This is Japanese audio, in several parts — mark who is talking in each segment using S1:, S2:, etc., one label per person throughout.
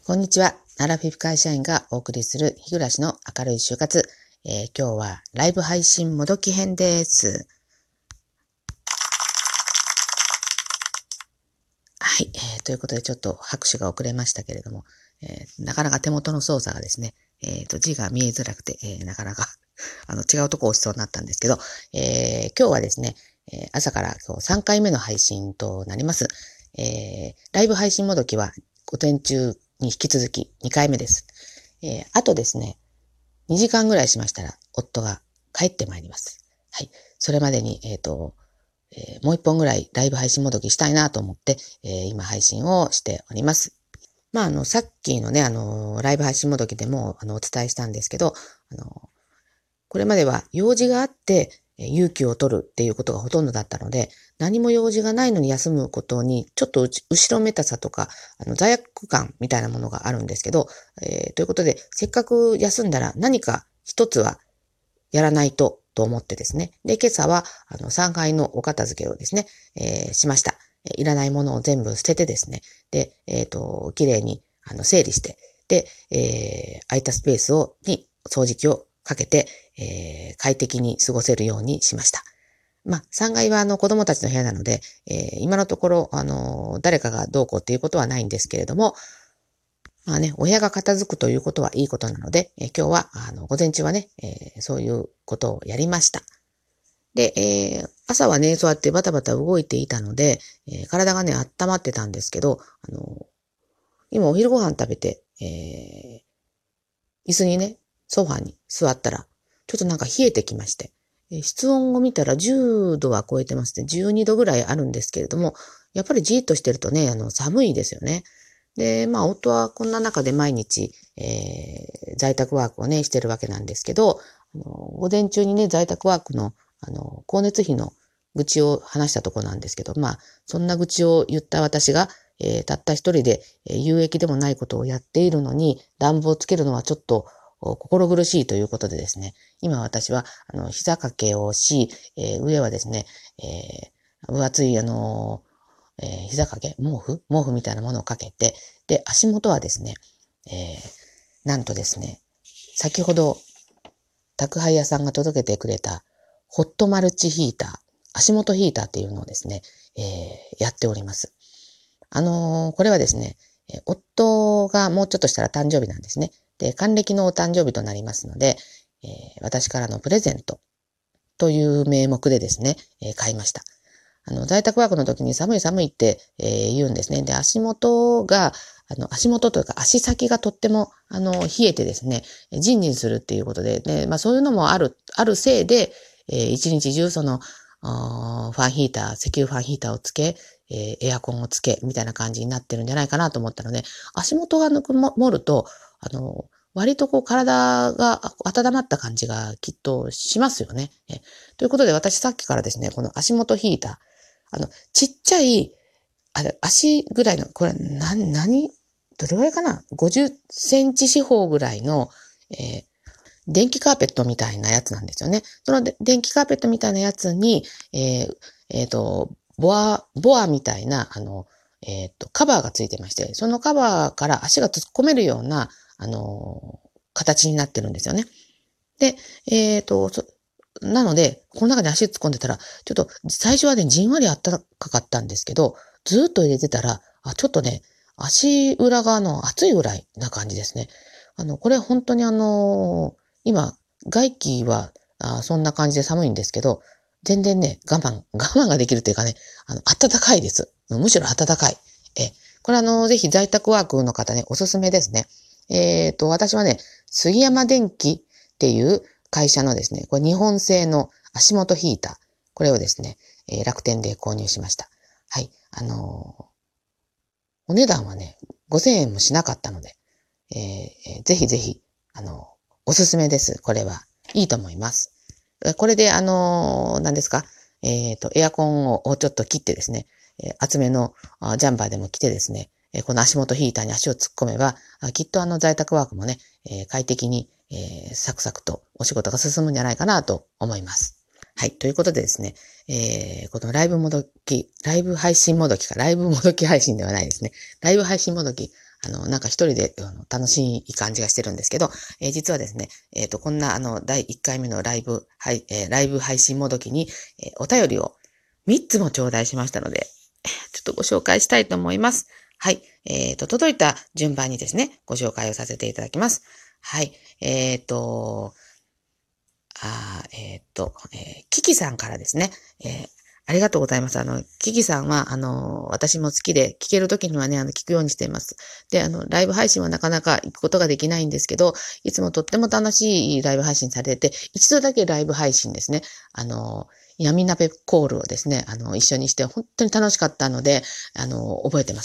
S1: こんにちは。アラフィフ会社員がお送りする日暮らしの明るい就活。今日はライブ配信もどき編です。はい、ということでちょっと拍手が遅れましたけれども、なかなか手元の操作がですね、字が見えづらくて、なかなか違うとこ押しそうになったんですけど、今日はですね、朝から今日3回目の配信となります。ライブ配信もどきは午前中に引き続き2回目です。あとですね、2時間ぐらいしましたら、夫が帰ってまいります。はい。それまでに、もう1本ぐらいライブ配信もどきしたいなと思って、今配信をしております。さっきのね、ライブ配信もどきでも、お伝えしたんですけど、これまでは用事があって、有給を取るっていうことがほとんどだったので、何も用事がないのに休むことに、ちょっと後ろめたさとか、罪悪感みたいなものがあるんですけど、ということで、せっかく休んだら何か一つはやらないと思ってですね。で、今朝は、3階のお片付けをですね、しました。いらないものを全部捨ててですね。で、綺麗に、整理して、で、空いたスペースに掃除機をかけて、快適に過ごせるようにしました。3階は子供たちの部屋なので、今のところ、誰かがどうこうっていうことはないんですけれども、お部屋が片付くということはいいことなので、今日は、午前中はね、そういうことをやりました。で、朝はね、そうやってバタバタ動いていたので、体がね、温まってたんですけど、今お昼ご飯食べて、椅子にね、ソファに座ったら、ちょっとなんか冷えてきまして、室温を見たら10度は超えてますね。12度ぐらいあるんですけれども、やっぱりじーっとしてるとね、寒いですよね。で、夫はこんな中で毎日、在宅ワークをね、してるわけなんですけど、午前中にね、在宅ワークの、光熱費の愚痴を話したとこなんですけど、そんな愚痴を言った私が、たった一人で、有益でもないことをやっているのに、暖房をつけるのはちょっと、心苦しいということでですね、今私は、膝掛けをし、上はですね、分厚い、膝掛け毛布みたいなものをかけて、で、足元はですね、なんとですね、先ほど、宅配屋さんが届けてくれた、ホットマルチヒーター、足元ヒーターっていうのをですね、やっております。これはですね、夫がもうちょっとしたら誕生日なんですね。で、還暦のお誕生日となりますので、私からのプレゼントという名目でですね、買いました。在宅ワークの時に寒い寒いって、言うんですね。で、足元というか足先がとっても、冷えてですね、ジンジンするっていうことで、そういうのもあるせいで、一日中ファンヒーター、石油ファンヒーターをつけ、エアコンをつけ、みたいな感じになってるんじゃないかなと思ったので、足元がぬくもると、割と体が温まった感じがきっとしますよね。ということで私さっきからですね、この足元ヒーター、ちっちゃい、足ぐらいの、これ、どれぐらいかな？ 50 センチ四方ぐらいの、電気カーペットみたいなやつなんですよね。その電気カーペットみたいなやつに、ボアみたいな、カバーがついてまして、そのカバーから足が突っ込めるような、形になってるんですよね。で、なので、この中に足突っ込んでたら、ちょっと最初はね、じんわりあったかかったんですけど、ずーっと入れてたら、ちょっとね、足裏側の熱いぐらいな感じですね。これ本当に今、外気はそんな感じで寒いんですけど、全然ね、我慢ができるというかね、暖かいです。むしろ暖かい。これぜひ在宅ワークの方ね、おすすめですね。私はね、杉山電機っていう会社のですね、これ日本製の足元ヒーター。これをですね、楽天で購入しました。はい。お値段はね、5000円もしなかったので、ぜひぜひ、おすすめです。これは。いいと思います。これで、何ですか？エアコンをちょっと切ってですね、厚めのジャンパーでも着てですね、この足元ヒーターに足を突っ込めば、きっと在宅ワークもね、快適に、サクサクとお仕事が進むんじゃないかなと思います。はい。ということでですね、このライブ配信もどきではないですね。ライブ配信もどき、 なんか一人で楽しい感じがしてるんですけど、実はですね、こんな第1回目のライブ配信もどきに、お便りを3つも頂戴しましたので、ちょっとご紹介したいと思います。はい。届いた順番にですね、ご紹介をさせていただきます。はい。キキさんからですね、ありがとうございます。キキさんは、私も好きで、聞けるときにはね、聞くようにしています。で、ライブ配信はなかなか行くことができないんですけど、いつもとっても楽しいライブ配信されて、一度だけライブ配信ですね、闇鍋コールをですね、一緒にして本当に楽しかったので、覚えてます。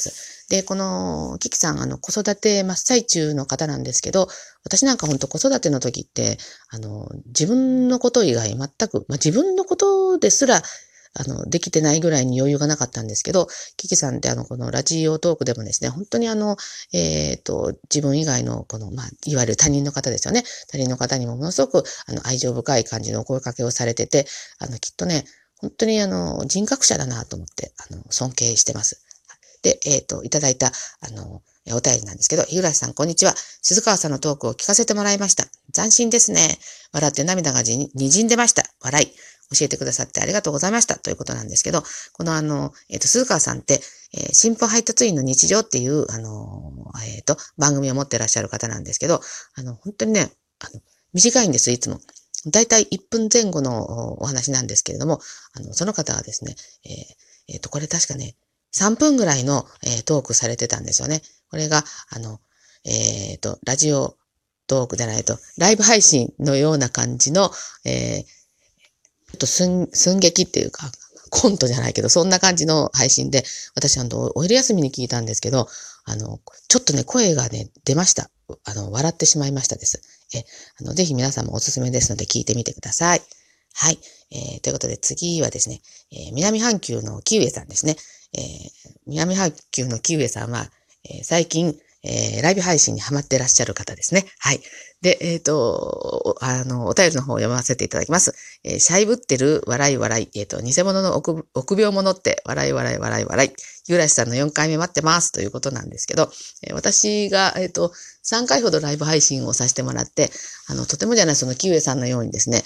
S1: で、この、キキさん、子育て真っ最中の方なんですけど、私なんか本当子育ての時って、自分のこと以外全く、自分のことですら、できてないぐらいに余裕がなかったんですけど、キキさんってこのラジオトークでもですね、本当に自分以外のいわゆる他人の方ですよね。他人の方にもものすごく、愛情深い感じのお声かけをされてて、きっとね、本当に人格者だなと思って、尊敬してます。で、いただいた、お便りなんですけど、日暮さん、こんにちは。鈴川さんのトークを聞かせてもらいました。斬新ですね。笑って涙がにじんでました。笑い。教えてくださってありがとうございました。ということなんですけど、この鈴川さんって、新聞配達員の日常っていう、番組を持ってらっしゃる方なんですけど、本当にね、短いんです、いつも。だいたい1分前後のお話なんですけれども、その方がですね、これ確かね、3分ぐらいの、トークされてたんですよね。これが、ラジオトークじゃないと、ライブ配信のような感じの、ちょっと寸劇っていうか、コントじゃないけど、そんな感じの配信で、私、お昼休みに聞いたんですけど、ちょっとね、声がね、出ました。笑ってしまいましたです。ぜひ皆さんもおすすめですので聞いてみてください。はい。ということで次はですね、南半球のキウエさんですね。南半球のキウエさんは、最近、ライブ配信にハマってらっしゃる方ですね。はい。で、お便りの方を読ませていただきます。シャイぶってる笑い笑い。偽物の臆病者って笑い笑い笑い笑い。ゆらしさんの4回目待ってますということなんですけど、私が、3回ほどライブ配信をさせてもらって、とてもじゃないそのキウエさんのようにですね、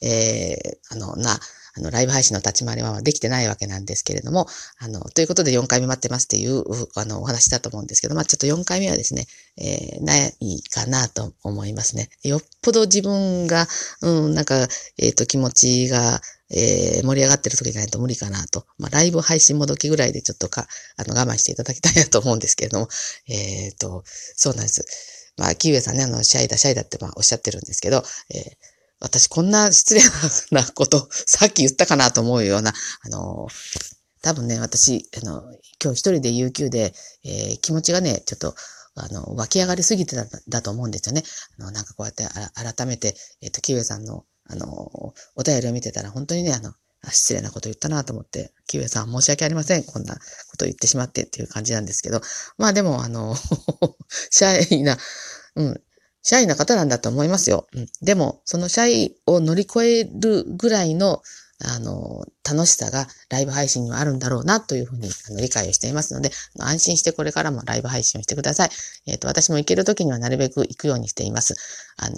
S1: ライブ配信の立ち回りはできてないわけなんですけれども、ということで4回目待ってますっていう、お話だと思うんですけど、ちょっと4回目はですね、ないかなと思いますね。よっぽど自分が、気持ちが、盛り上がってる時じゃないと無理かなと。ライブ配信もどきぐらいでちょっと我慢していただきたいなと思うんですけれども、そうなんです。キウエさんね、シャイだっておっしゃってるんですけど、私こんな失礼なことさっき言ったかなと思うような、多分ね、私、今日一人で有給で、気持ちがね、ちょっと、湧き上がりすぎてた、だと思うんですよね。なんかこうやって改めて、キウエさんの、お便りを見てたら、本当にね、失礼なこと言ったなと思って、キウエさん申し訳ありません。こんなこと言ってしまってっていう感じなんですけど、でも、シャイな、シャイな方なんだと思いますよ。でも、そのシャイを乗り越えるぐらいの、楽しさがライブ配信にはあるんだろうなというふうに理解をしていますので、安心してこれからもライブ配信をしてください。私も行けるときにはなるべく行くようにしています。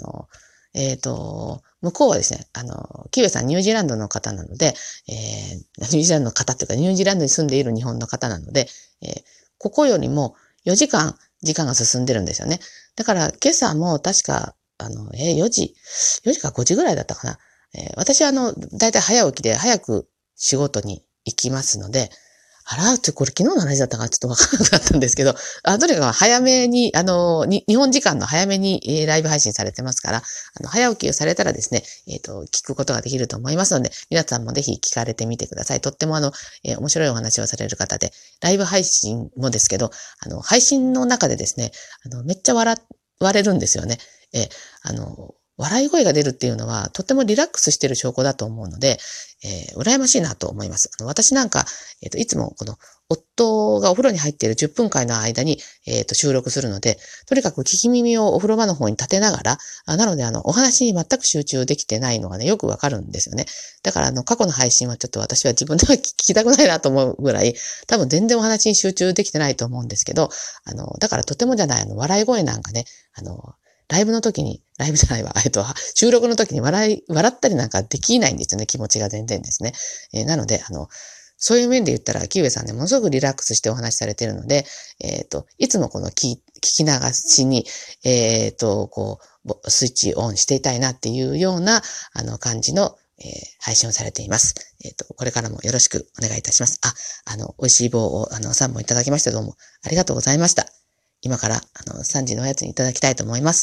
S1: 向こうはですね、キウエさんニュージーランドの方なので、ニュージーランドの方というかニュージーランドに住んでいる日本の方なので、ここよりも4時間時間が進んでるんですよね。だから今朝も確か、4時か5時ぐらいだったかな。私はだいたい早起きで早く仕事に行きますので、これ昨日の話だったからちょっとわからなくなったんですけど、とにかく早めに、日本時間の早めに、ライブ配信されてますから、早起きをされたらですね、聞くことができると思いますので、皆さんもぜひ聞かれてみてください。とっても面白いお話をされる方で、ライブ配信もですけど、配信の中でですね、めっちゃ笑れるんですよね。 笑い声が出るっていうのは、とてもリラックスしてる証拠だと思うので、羨ましいなと思います。私なんか、いつもこの、夫がお風呂に入っている10分間の間に、収録するので、とにかく聞き耳をお風呂場の方に立てながら、なので、お話に全く集中できてないのがね、よくわかるんですよね。だから、過去の配信はちょっと私は自分では聞きたくないなと思うぐらい、多分全然お話に集中できてないと思うんですけど、だからとてもじゃない、笑い声なんかね、ライブの時に、ライブじゃないわ、収録の時に笑ったりなんかできないんですよね、気持ちが全然ですね。なので、そういう面で言ったら、キウエさんね、ものすごくリラックスしてお話しされているので、いつもこの聞き流しに、こう、スイッチオンしていたいなっていうような、感じの、配信をされています。これからもよろしくお願いいたします。美味しい棒を、3本いただきまして、どうもありがとうございました。今から、3時のおやつにいただきたいと思います。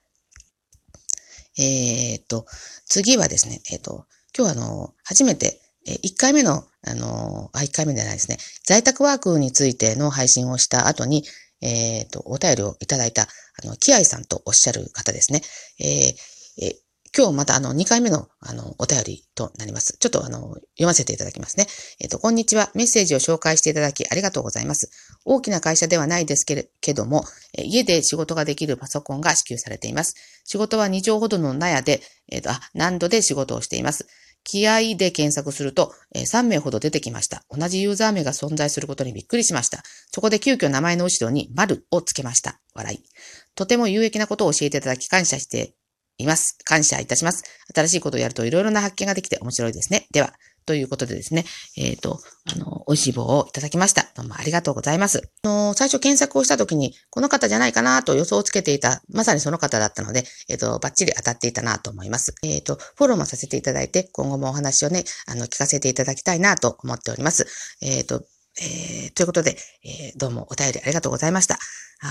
S1: 次はですね、今日は初めて、1回目の、1回目じゃないですね。在宅ワークについての配信をした後に、お便りをいただいた、キアイさんとおっしゃる方ですね。今日また2回目のお便りとなります。ちょっと読ませていただきますね。こんにちは。メッセージを紹介していただきありがとうございます。大きな会社ではないですけども、家で仕事ができるパソコンが支給されています。仕事は2畳ほどの納屋で、難度で仕事をしています。気合で検索すると、3名ほど出てきました。同じユーザー名が存在することにびっくりしました。そこで急遽名前の後ろに丸をつけました。笑い。とても有益なことを教えていただき感謝いたします。新しいことをやるといろいろな発見ができて面白いですね。では、ということでですね、美味しい棒をいただきました。どうもありがとうございます。最初検索をしたときに、この方じゃないかなと予想をつけていた、まさにその方だったので、バッチリ当たっていたなと思います。フォローもさせていただいて、今後もお話をね、聞かせていただきたいなと思っております。ということで、どうもお便りありがとうございました。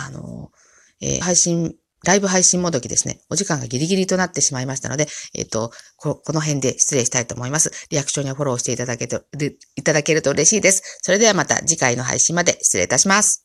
S1: ライブ配信もどきですね。お時間がギリギリとなってしまいましたので、この辺で失礼したいと思います。リアクションやフォローしていただけると嬉しいです。それではまた次回の配信まで失礼いたします。